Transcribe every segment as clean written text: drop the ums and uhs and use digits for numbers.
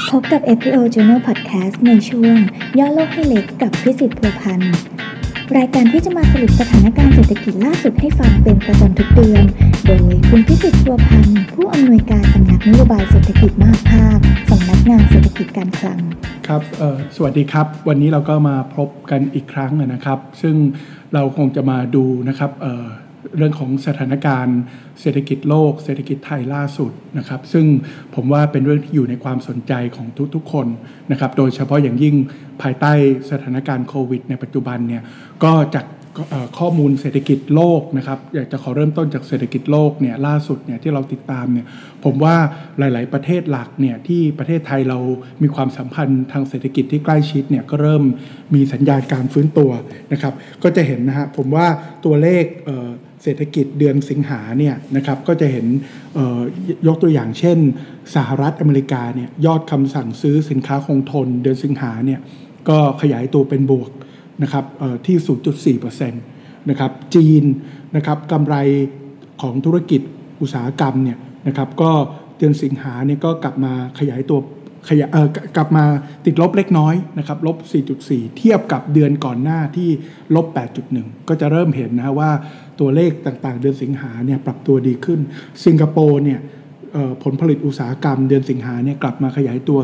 พบกับ FPO Journal Podcast ในช่วงย่อโลกให้เล็กกับพิสิทธิ์พัวพันธ์รายการที่จะมาสรุปสถานการณ์เศรษฐกิจล่าสุดให้ฟังเป็นประจำทุกเดือนโดยคุณพิสิทธิ์พัวพันธ์ผู้อำนวยการสำนักนโยบายเศรษฐกิจมหภาคสำนักงานเศรษฐกิจการคลังครับสวัสดีครับวันนี้เราก็มาพบกันอีกครั้งนะครับซึ่งเราคงจะมาดูนะครับเรื่องของสถานการณ์เศรษฐกิจโลกเศรษฐกิจไทยล่าสุดนะครับซึ่งผมว่าเป็นเรื่องที่อยู่ในความสนใจของทุกๆคนนะครับโดยเฉพาะอย่างยิ่งภายใต้สถานการณ์โควิดในปัจจุบันเนี่ยก็จากข้อมูลเศรษฐกิจโลกนะครับอยากจะขอเริ่มต้นจากเศรษฐกิจโลกเนี่ยล่าสุดเนี่ยที่เราติดตามเนี่ยผมว่าหลายๆประเทศหลักเนี่ยที่ประเทศไทยเรามีความสัมพันธ์ทางเศรษฐกิจที่ใกล้ชิดเนี่ยก็เริ่มมีสัญญาณการฟื้นตัวนะครับก็จะเห็นนะฮะผมว่าตัวเลขเศรษฐกิจเดือนสิงหาเนี่ยนะครับก็จะเห็นยกตัวอย่างเช่นสหรัฐอเมริกาเนี่ยยอดคำสั่งซื้อสินค้าคงทนเดือนสิงหาเนี่ยก็ขยายตัวเป็นบวกนะครับที่ 0.4% นะครับจีนนะครับกำไรของธุรกิจอุตสาหกรรมเนี่ยนะครับก็เดือนสิงหาเนี่ยก็กลับมาขยายตัวกลับมาติดลบเล็กน้อยนะครับลบ 4.4 เทียบกับเดือนก่อนหน้าที่ลบ 8.1 ก็จะเริ่มเห็นนะว่าตัวเลขต่างๆเดือนสิงหาเนี่ยปรับตัวดีขึ้นสิงคโปร์เนี่ยผลผลิตอุตสาหกรรมเดือนสิงหาเนี่ยกลับมาขยายตัว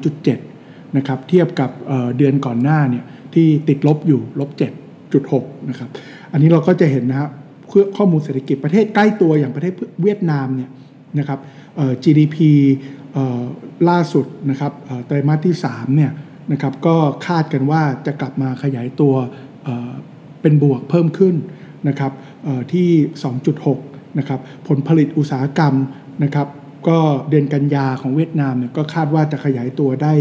13.7 นะครับเทียบกับเดือนก่อนหน้าเนี่ยที่ติดลบอยู่ลบ 7.6 นะครับอันนี้เราก็จะเห็นนะครับข้อมูลเศรษฐกิจประเทศใกล้ตัวอย่างประเทศเวียดนามเนี่ยนะครับGDP ล่าสุดนะครับไตรมาสที่3เนี่ยนะครับก็คาดกันว่าจะกลับมาขยายตัวเป็นบวกเพิ่มขึ้นนะครับที่ 2.6 นะครับผลผลิตอุตสาหกรรมนะครับก็เดือนกันยาของเวียดนามเนี่ยก็คาดว่าจะขยายตัวได้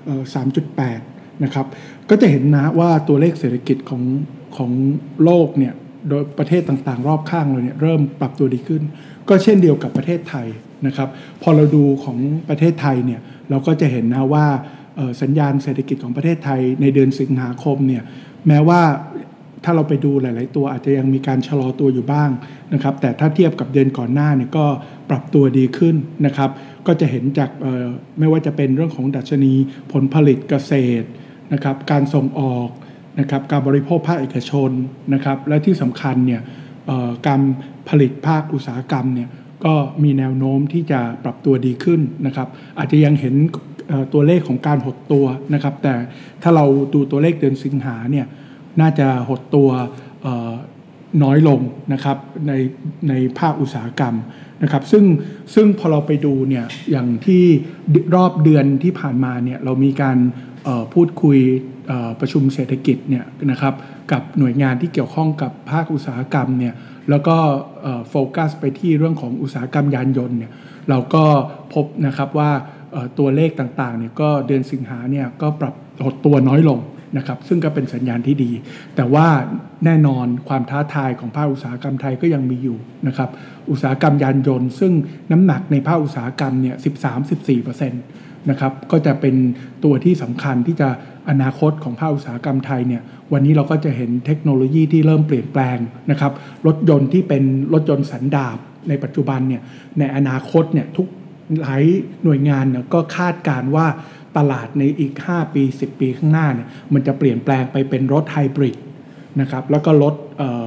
3.8 นะครับก็จะเห็นนะว่าตัวเลขเศรษฐกิจของโลกเนี่ยโดยประเทศต่างๆรอบข้างเราเนี่ยเริ่มปรับตัวดีขึ้นก็เช่นเดียวกับประเทศไทยนะครับพอเราดูของประเทศไทยเนี่ยเราก็จะเห็นนะว่าสัญญาณเศรษฐกิจของประเทศไทยในเดือนสิงหาคมเนี่ยแม้ว่าถ้าเราไปดูหลายๆตัวอาจจะยังมีการชะลอตัวอยู่บ้างนะครับแต่ถ้าเทียบกับเดือนก่อนหน้าเนี่ยก็ปรับตัวดีขึ้นนะครับก็จะเห็นจากไม่ว่าจะเป็นเรื่องของดัชนีผลผลิตเกษตรนะครับการส่งออกนะครับการบริโภคภาคเอกชนนะครับและที่สำคัญเนี่ยการผลิตภาคอุตสาหกรรมเนี่ยก็มีแนวโน้มที่จะปรับตัวดีขึ้นนะครับอาจจะยังเห็นตัวเลขของการหดตัวนะครับแต่ถ้าเราดูตัวเลขเดือนสิงหาเนี่ยน่าจะหดตัวน้อยลงนะครับในภาคอุตสาหกรรมนะครับซึ่งพอเราไปดูเนี่ยอย่างที่รอบเดือนที่ผ่านมาเนี่ยเรามีการพูดคุยประชุมเศรษฐกิจเนี่ยนะครับกับหน่วยงานที่เกี่ยวข้องกับภาคอุตสาหกรรมเนี่ยแล้วก็โฟกัสไปที่เรื่องของอุตสาหกรรมยานยนต์เนี่ยเราก็พบนะครับว่าตัวเลขต่างๆเนี่ยก็เดือนสิงหาเนี่ยก็ปรับหดตัวน้อยลงนะครับซึ่งก็เป็นสัญญาณที่ดีแต่ว่าแน่นอนความท้าทายของภาคอุตสาหกรรมไทยก็ยังมีอยู่นะครับอุตสาหกรรมยานยนต์ซึ่งน้ำหนักในภาคอุตสาหกรรมเนี่ย 13-14% นะครับก็จะเป็นตัวที่สำคัญที่จะอนาคตของภาคอุตสาหกรรมไทยเนี่ยวันนี้เราก็จะเห็นเทคโนโลยีที่เริ่มเปลี่ยนแปลงนะครับรถยนต์ที่เป็นรถยนต์สันดาปในปัจจุบันเนี่ยในอนาคตเนี่ยทุกหลายหน่วยงานเนี่ยก็คาดการณ์ว่าตลาดในอีก5ปี10ปีข้างหน้าเนี่ยมันจะเปลี่ยนแปลงไปเป็นรถไฮบริดนะครับแล้วก็รถ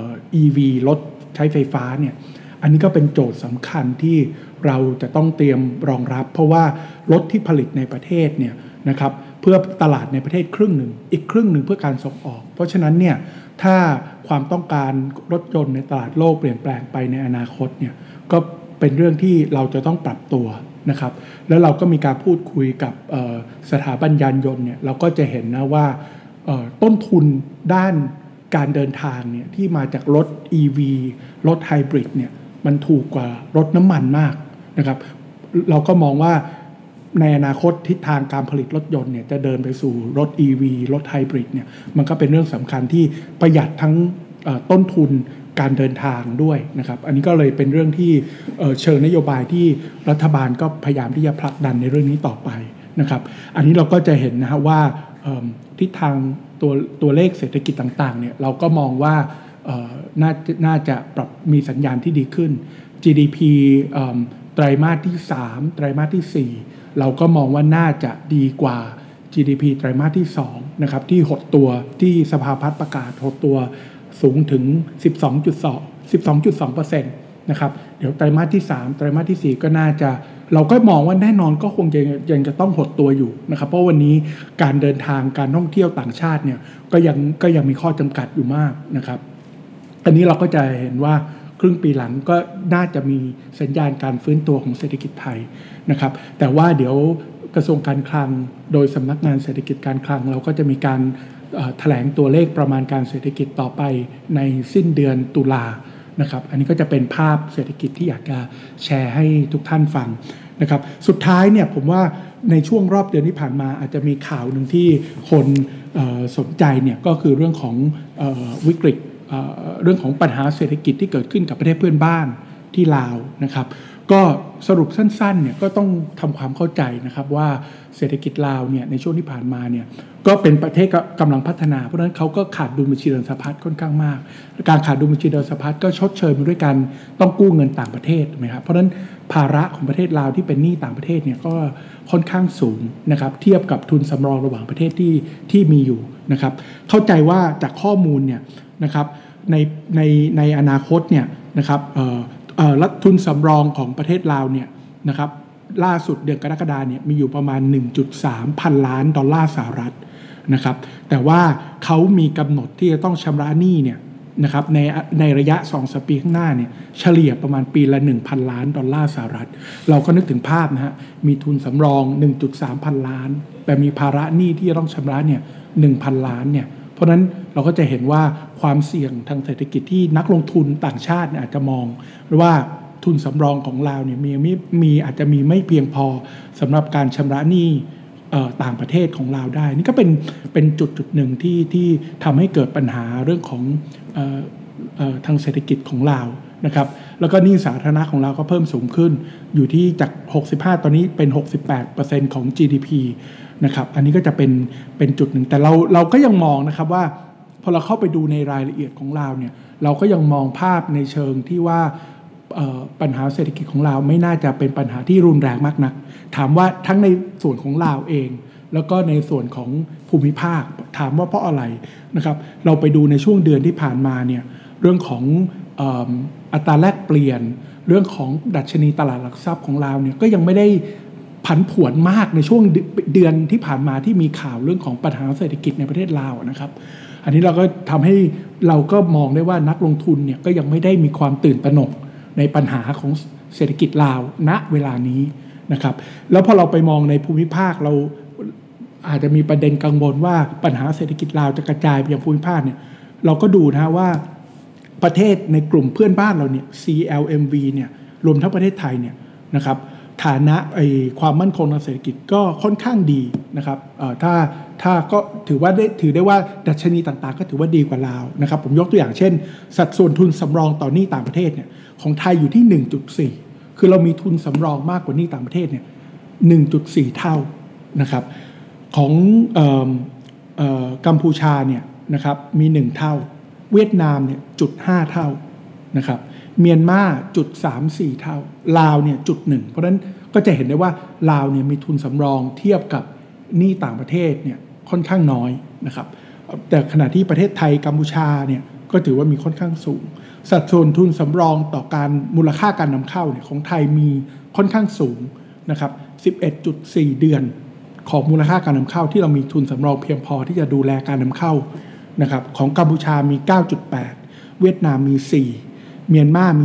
EV รถใช้ไฟฟ้าเนี่ยอันนี้ก็เป็นโจทย์สำคัญที่เราจะต้องเตรียมรองรับเพราะว่ารถที่ผลิตในประเทศเนี่ยนะครับเพื่อตลาดในประเทศครึ่งหนึ่งอีกครึ่งหนึ่งเพื่อการส่งออกเพราะฉะนั้นเนี่ยถ้าความต้องการรถยนต์ในตลาดโลกเปลี่ยนแปลงไปในอนาคตเนี่ยก็เป็นเรื่องที่เราจะต้องปรับตัวนะครับแล้วเราก็มีการพูดคุยกับสถาบันยานยนต์เนี่ยเราก็จะเห็นนะว่าต้นทุนด้านการเดินทางเนี่ยที่มาจากรถ EV รถไฮบริดเนี่ยมันถูกกว่ารถน้ำมันมากนะครับเราก็มองว่าในอนาคตทิศทางการผลิตรถยนต์เนี่ยจะเดินไปสู่รถ EV รถไฮบริดเนี่ยมันก็เป็นเรื่องสำคัญที่ประหยัดทั้งต้นทุนการเดินทางด้วยนะครับอันนี้ก็เลยเป็นเรื่องที่เชิงนโยบายที่รัฐบาลก็พยายามที่จะผลักดันในเรื่องนี้ต่อไปนะครับอันนี้เราก็จะเห็นนะฮะว่าทิศทางตัวเลขเศรษฐกิจต่างๆเนี่ยเราก็มองว่าน่าจะปรับมีสัญญาณที่ดีขึ้น GDP ไตรมาสที่3ไตรมาสที่4เราก็มองว่าน่าจะดีกว่า GDP ไตรมาสที่2นะครับที่หดตัวที่สภาพัฒน์ประกาศหดตัวสูงถึง 12.2% นะครับเดี๋ยวไตรมาสที่3ไตรมาสที่4ก็น่าจะเราก็มองว่าแน่นอนก็คงยังจะต้องหดตัวอยู่นะครับเพราะวันนี้การเดินทางการท่องเที่ยวต่างชาติเนี่ยก็ยังมีข้อจำกัดอยู่มากนะครับอันนี้เราก็จะเห็นว่าครึ่งปีหลังก็น่าจะมีสัญญาณการฟื้นตัวของเศรษฐกิจไทยนะครับแต่ว่าเดี๋ยวกระทรวงการคลังโดยสำนักงานเศรษฐกิจการคลังเราก็จะมีการแถลงตัวเลขประมาณการเศรษฐกิจต่อไปในสิ้นเดือนตุลานะครับอันนี้ก็จะเป็นภาพเศรษฐกิจที่อยากจะแชร์ให้ทุกท่านฟังนะครับสุดท้ายเนี่ยผมว่าในช่วงรอบเดือนที่ผ่านมาอาจจะมีข่าวหนึ่งที่คนสนใจเนี่ยก็คือเรื่องของวิกฤตเรื่องของปัญหาเศรษฐกิจที่เกิดขึ้นกับประเทศเพื่อนบ้านที่ลาวนะครับก็สรุปสั้นๆเนี่ยก็ต้องทำความเข้าใจนะครับว่าเศรษฐกิจลาวเนี่ยในช่วงที่ผ่านมาเนี่ยก็เป็นประเทศกำลังพัฒนาเพราะฉะนั้นเขาก็ขาดดุลบัญชีเดินสะพัดค่อนข้างมากการขาดดุลบัญชีเดินสะพัดก็ชดเชยมาด้วยกันต้องกู้เงินต่างประเทศถูกไหมครับเพราะฉะนั้นภาระของประเทศลาวที่เป็นหนี้ต่างประเทศเนี่ยก็ค่อนข้างสูงนะครับเทียบกับทุนสำรองระหว่างประเทศที่มีอยู่นะครับเข้าใจว่าจากข้อมูลเนี่ยนะครับในอนาคตเนี่ยนะครับรัฐทุนสำรองของประเทศลาวเนี่ยนะครับล่าสุดเดือนกรกฎาคมเนี่ยมีอยู่ประมาณ 1.3 พันล้านดอลลาร์สหรัฐนะครับแต่ว่าเขามีกำหนดที่จะต้องชำระหนี้เนี่ยนะครับในระยะ 2-3 ปีข้างหน้าเนี่ยเฉลี่ยประมาณปีละ 1,000 ล้านดอลลาร์สหรัฐเราก็นึกถึงภาพนะฮะมีทุนสำรอง 1.3 พันล้านแต่มีภาระหนี้ที่จะต้องชำระเนี่ย 1,000 ล้านเนี่ยเพราะนั้นเราก็จะเห็นว่าความเสี่ยงทางเศรษฐกิจที่นักลงทุนต่างชาติอาจจะมองว่าทุนสำรองของเราเนี่ยมีอาจจะมีไม่เพียงพอสำหรับการชำระหนี้ต่างประเทศของเราได้นี่ก็เป็นจุดหนึ่งที่ทำให้เกิดปัญหาเรื่องของทางเศรษฐกิจของเรานะครับแล้วก็หนี้สาธารณะของเราก็เพิ่มสูงขึ้นอยู่ที่จาก65ตอนนี้เป็น 68% ของ GDP นะครับอันนี้ก็จะเป็นจุดหนึ่งแต่เราก็ยังมองนะครับว่าพอเราเข้าไปดูในรายละเอียดของเราเนี่ยเราก็ยังมองภาพในเชิงที่ว่าปัญหาเศรษฐกิจของเราไม่น่าจะเป็นปัญหาที่รุนแรงมากนักถามว่าทั้งในส่วนของลาวเองแล้วก็ในส่วนของภูมิภาคถามว่าเพราะอะไรนะครับเราไปดูในช่วงเดือนที่ผ่านมาเนี่ยเรื่องของอัตราแลกเปลี่ยนเรื่องของดัชนีตลาดหลักทรัพย์ของเราเนี่ยก็ยังไม่ได้ผันผวนมากในช่วงเดือนที่ผ่านมาที่มีข่าวเรื่องของปัญหาเศรษฐกิจในประเทศลาวนะครับอันนี้เราก็ทำให้เราก็มองได้ว่านักลงทุนเนี่ยก็ยังไม่ได้มีความตื่นตระหนกในปัญหาของเศรษฐกิจลาวณเวลานี้นะครับแล้วพอเราไปมองในภูมิภาคเราอาจจะมีประเด็นกังวลว่าปัญหาเศรษฐกิจลาวจะกระจายไปยังภูมิภาคเนี่ยเราก็ดูนะว่าประเทศในกลุ่มเพื่อนบ้านเราเนี่ย CLMV เนี่ยรวมทั้งประเทศไทยเนี่ยนะครับฐานะความมั่นคงทางเศรษฐกิจก็ค่อนข้างดีนะครับถ้าก็ถือได้ว่าดัชนีต่างๆก็ถือว่าดีกว่าลาวนะครับผมยกตัวอย่างเช่นสัดส่วนทุนสำรองต่อหนี้ต่างประเทศเนี่ยของไทยอยู่ที่ 1.4 คือเรามีทุนสำรองมากกว่าหนี้ต่างประเทศเนี่ย 1.4 เท่านะครับของกัมพูชาเนี่ยนะครับมี1เท่าเวียดนามเนี่ย0.5 เท่านะครับเมียนมา0.34 เท่าลาวเนี่ย0.1เพราะฉะนั้นก็จะเห็นได้ว่าลาวเนี่ยมีทุนสำรองเทียบกับหนี้ต่างประเทศเนี่ยค่อนข้างน้อยนะครับแต่ขณะที่ประเทศไทยกัมพูชาเนี่ยก็ถือว่ามีค่อนข้างสูงสัดส่วนทุนสำรองต่อการมูลค่าการนำเข้าเนี่ยของไทยมีค่อนข้างสูงนะครับ 11.4 เดือนของมูลค่าการนำเข้าที่เรามีทุนสำรองเพียงพอที่จะดูแลการนำเข้านะครับของกัมพูชามี 9.8 เวียดนามมี 4 เมียนมามี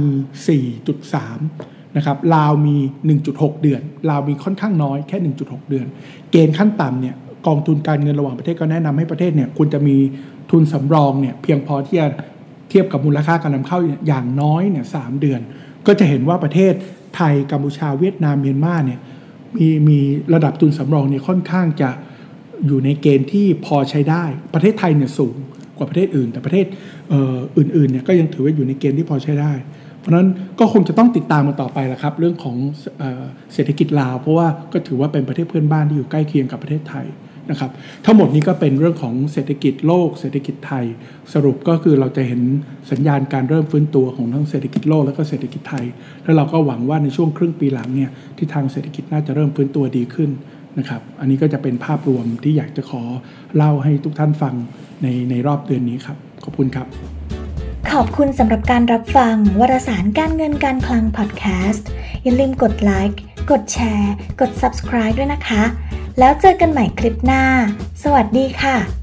4.3 นะครับลาวมี 1.6 เดือนลาวมีค่อนข้างน้อยแค่ 1.6 เดือนเกณฑ์ขั้นต่ำเนี่ยกองทุนการเงินระหว่างประเทศก็แนะนำให้ประเทศเนี่ยควรจะมีทุนสำรองเนี่ยเพียงพอที่จะเทียบกับมูลค่าการนำเข้าอย่างน้อยเนี่ย3 เดือนก็จะเห็นว่าประเทศไทยกัมพูชาเวียดนามเมียนมาเนี่ยมีระดับทุนสำรองเนี่ยค่อนข้างจะอยู่ในเกณฑ์ที่พอใช้ได้ประเทศไทยเนี่ยสูงกว่าประเทศอื่นแต่ประเทศอื่นๆเนี่ยก็ยังถือว่าอยู่ในเกณฑ์ที่พอใช้ได้เพราะฉะนั้นก็คงจะต้องติดตามมาต่อไปละครับเรื่องของเศรษฐกิจลาวเพราะว่าก็ถือว่าเป็นประเทศเพื่อนบ้านที่อยู่ใกล้เคียงกับประเทศไทยนะครับทั้งหมดนี้ก็เป็นเรื่องของเศรษฐกิจโลกเศรษฐกิจไทยสรุปก็คือเราจะเห็นสัญญาณการเริ่มฟื้นตัวของทั้งเศรษฐกิจโลกและก็เศรษฐกิจไทยแล้วเราก็หวังว่าในช่วงครึ่งปีหลังเนี่ยที่ทางเศรษฐกิจน่าจะเริ่มฟื้นตัวดีขึ้นนะครับอันนี้ก็จะเป็นภาพรวมที่อยากจะขอเล่าให้ทุกท่านฟังในรอบเดือนนี้ครับขอบคุณครับขอบคุณสำหรับการรับฟังวารสารการเงินการคลังพอดแคสต์อย่าลืมกดไลค์กดแชร์กด Subscribe ด้วยนะคะแล้วเจอกันใหม่คลิปหน้าสวัสดีค่ะ